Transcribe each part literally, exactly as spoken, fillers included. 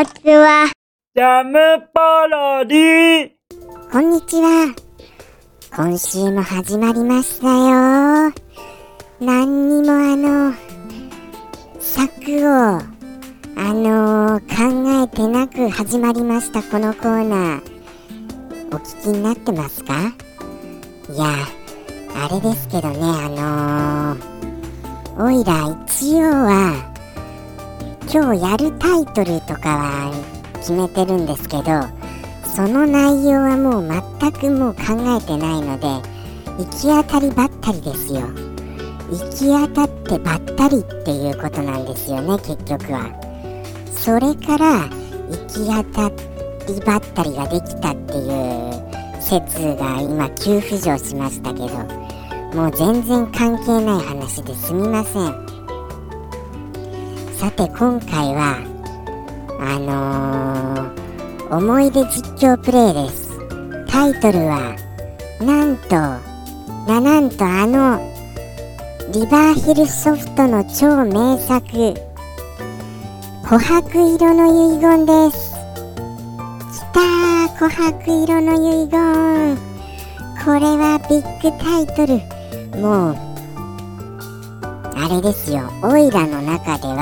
ちは。 ジャムパロディ。 こんにちは。今週も始まりましたよ。何にもあの策をあの考えてなく始まりましたこのコーナー。お聞きになってますか？いやあれですけどね、あのー、おいら一応は今日やるタイトルとかは決めてるんですけど、その内容はもう全くもう考えてないので、行き当たりばったりですよ。行き当たってばったりっていうことなんですよね、結局は。それから行き当たりばったりができたっていう説が今急浮上しましたけど、もう全然関係ない話ですみません。さて今回はあのー、思い出実況プレイです。タイトルはなんとななんとあのリバーヒルソフトの超名作琥珀色の遺言です。きたー、琥珀色の遺言。これはビッグタイトル。もうあれですよ、オイラの中で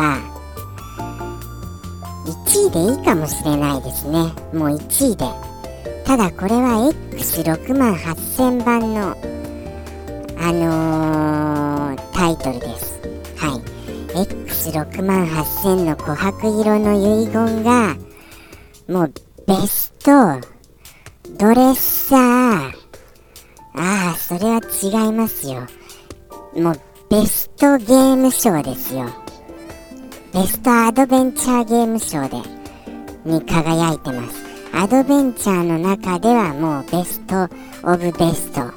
はいちいでいいかもしれないですね。もういちいで。ただこれは エックスろくまんはっせん 番のあのー、タイトルです。はい。エックスろくまんはっせん の琥珀色の遺言がもうベストドレッサー、ああそれは違いますよ。もうベストゲーム賞ですよ。ベストアドベンチャーゲーム賞でに輝いてます。アドベンチャーの中ではもうベストオブベスト。はい、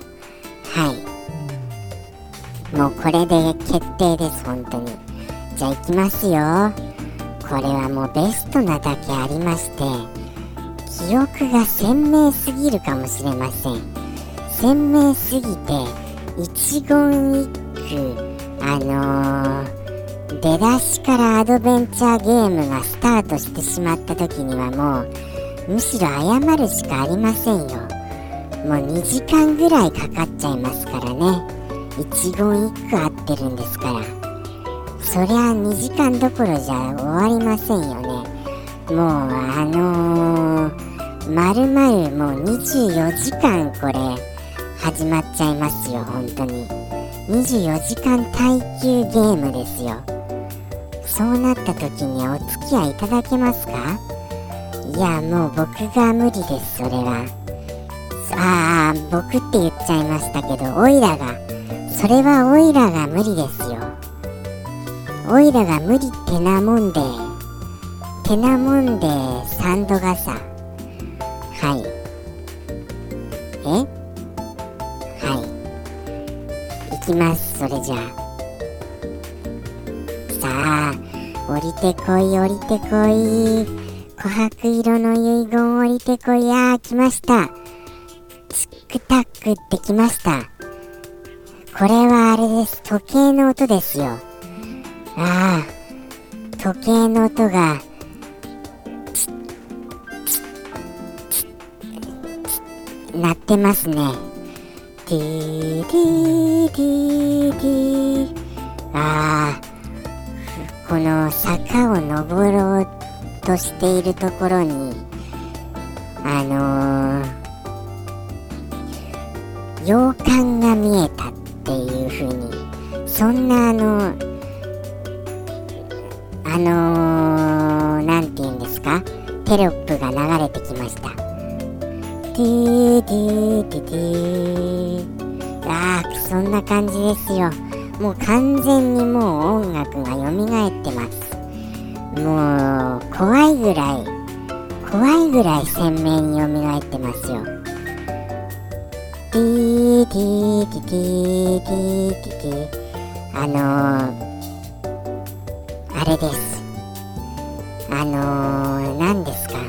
もうこれで決定です。本当に。じゃあいきますよ。これはもうベストなだけありまして、記憶が鮮明すぎるかもしれません。鮮明すぎて一言一句あのー出だしからアドベンチャーゲームがスタートしてしまった時にはもうむしろ謝るしかありませんよ。もうにじかんぐらいかかっちゃいますからね。一言一句合ってるんですから、そりゃにじかんどころじゃ終わりませんよね。もうあのー、まるまるもうにじゅうよじかんこれ始まっちゃいますよ。本当ににじゅうよじかん耐久ゲームですよ。そうなった時にお付き合いいただけますか？いやもう僕が無理です。それはああ僕って言っちゃいましたけど、オイラがそれはオイラが無理ですよ。オイラが無理ってなもんでてなもんでサンドがさ、はいえはい行きます。それじゃあさあ降りてこい降りてこい、琥珀色の遺言降りてこい。あー来ました。チックタックってきました。これはあれです、時計の音ですよ。あー時計の音がチッチッチッチッ鳴ってますね。ティーティーティーティー、あーこの坂を登ろうとしているところにあのー、洋館が見えたっていう風に、そんなあのあのー、なんて言うんですか、テロップが流れてきました。ティーティーティティー、あーそんな感じですよ。もう完全にもう音楽が蘇ってます。もう怖いぐらい怖いぐらい鮮明に蘇ってますよ。ティーティーティティーティーティティー、あのー、あれです。あのー、何ですか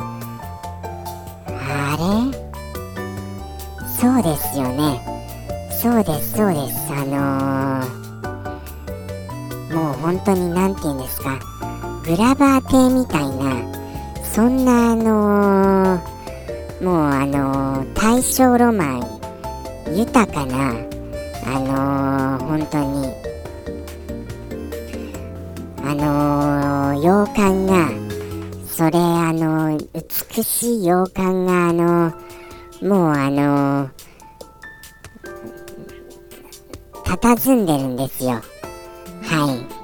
あれ、そうですよね。そうですそうです。あのー、もう本当になんて言うんですか、グラバー亭みたいなそんなあのー、もうあのー、大正ロマン豊かなあのー、本当にあのー、洋館がそれあのー、美しい洋館があのー、もうあのー、佇んでるんですよ。はい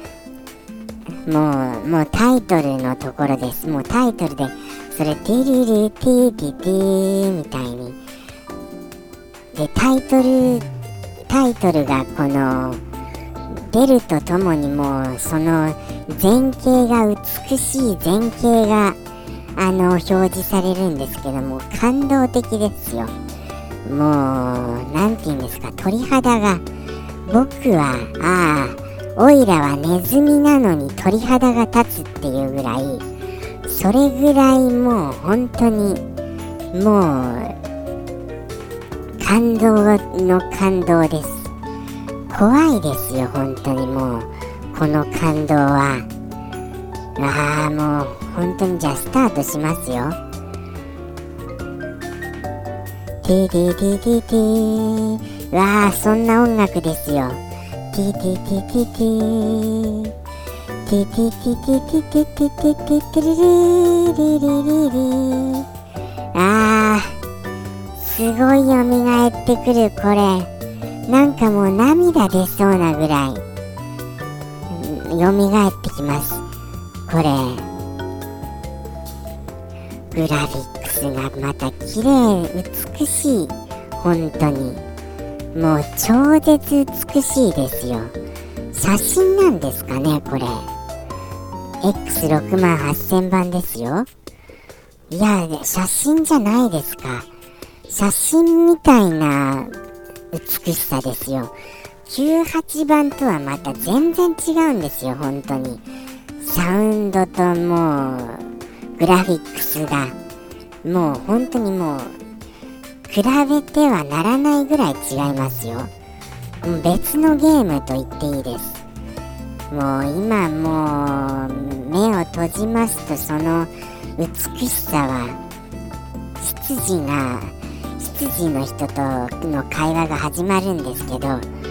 もう、もうタイトルのところです。もうタイトルで、それ、ティリリティティティみたいに。で、タイトル、タイトルがこの、出るとともにもう、その前景が、美しい前景が、あの、表示されるんですけども、感動的ですよ。もう、なんて言うんですか、鳥肌が、僕は、ああ、オイラはネズミなのに鳥肌が立つっていうぐらい、それぐらいもう本当にもう感動の感動です。怖いですよ本当にもうこの感動は。ああもう本当にじゃあスタートしますよ。ティティティティティわあそんな音楽ですよ。ティティティティティティティティティティティティティティティリリリリリリあーすごいよみがえってくるこれなんかもう涙出そうなぐらいよみがえってきますこれグラフィックスがまた綺麗美しい本当にもう超絶美しいですよ。写真なんですかねこれ エックスろくまんはっせん 番ですよ。いや写真じゃないですか。写真みたいな美しさですよ。じゅうはちばんとはまた全然違うんですよ本当に。サウンドともうグラフィックスがもう本当にもう比べてはならないぐらい違いますよ。もう別のゲームと言っていいです。もう今もう目を閉じますとその美しさは執事が執事の人との会話が始まるんですけど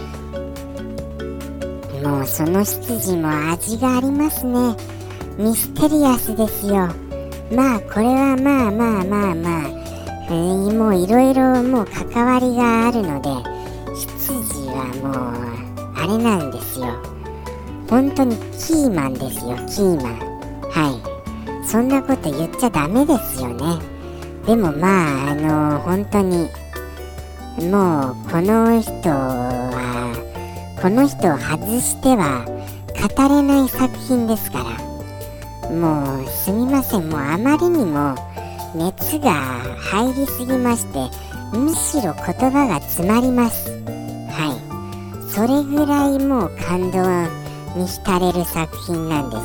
もうその執事も味がありますね。ミステリアスですよ。まあこれはまあまあまあまあえー、もういろいろもう関わりがあるので執事はもうあれなんですよ本当にキーマンですよキーマンはいそんなこと言っちゃダメですよね。でもまああのー、本当にもうこの人はこの人を外しては語れない作品ですからもうすみませんもうあまりにも熱が入りすぎましてむしろ言葉が詰まります。はいそれぐらいもう感動に浸れる作品なんです。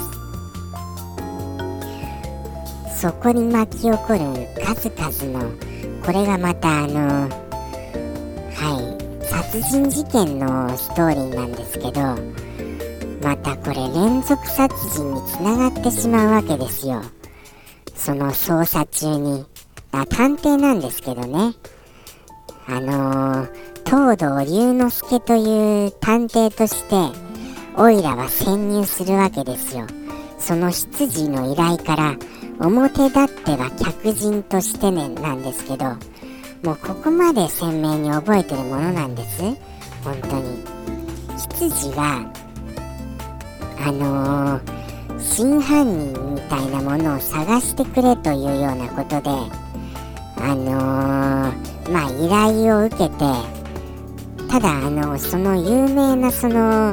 そこに巻き起こる数々のこれがまたあのはい殺人事件のストーリーなんですけどまたこれ連続殺人につながってしまうわけですよ。その捜査中にあ探偵なんですけどねあのー、東堂龍之介という探偵としてオイラは潜入するわけですよ。その執事の依頼から表立っては客人としてねなんですけどもうここまで鮮明に覚えてるものなんです本当に。執事があのー真犯人みたいなものを探してくれというようなことであのー、まあ依頼を受けてただあのその有名なその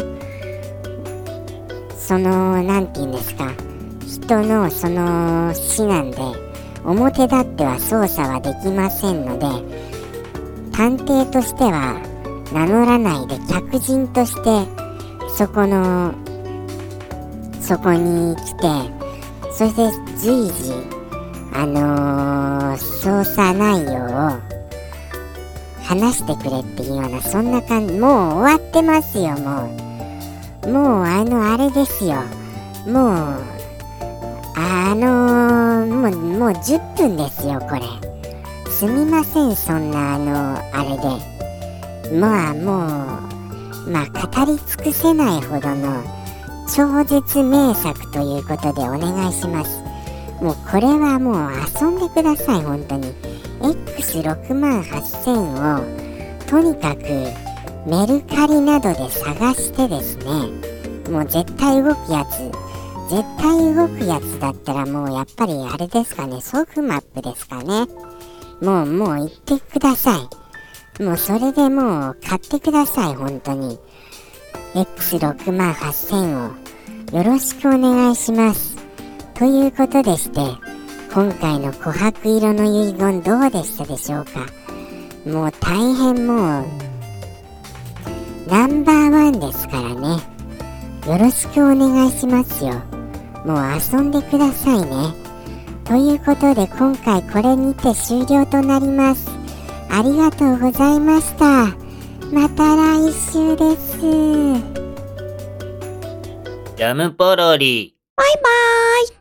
そのなんて言うんですか人のその死なんで表立っては捜査はできませんので探偵としては名乗らないで客人としてそこのそこに来てそして随時あのー、捜査内容を話してくれっていうようなそんな感じ。もう終わってますよもうもうあのあれですよもうあのー、 うもうじゅっぷんですよこれ。すみません、そんなあのあれでまあもうまあ語り尽くせないほどの超絶名作ということでお願いします。もうこれはもう遊んでください本当に。 エックスろくまんはっせん をとにかくメルカリなどで探してですね、もう絶対動くやつ絶対動くやつだったらもうやっぱりあれですかね、ソフマップですかね。もうもう言ってください。もうそれでもう買ってください本当に。 エックスろくまんはっせん をよろしくお願いしますということでして、今回の琥珀色の遺言どうでしたでしょうか。もう大変もうナンバーワンですからね。よろしくお願いしますよ。もう遊んでくださいね。ということで今回これにて終了となります。ありがとうございました。また来週です。 ジャムポロリ。 バイバーイ。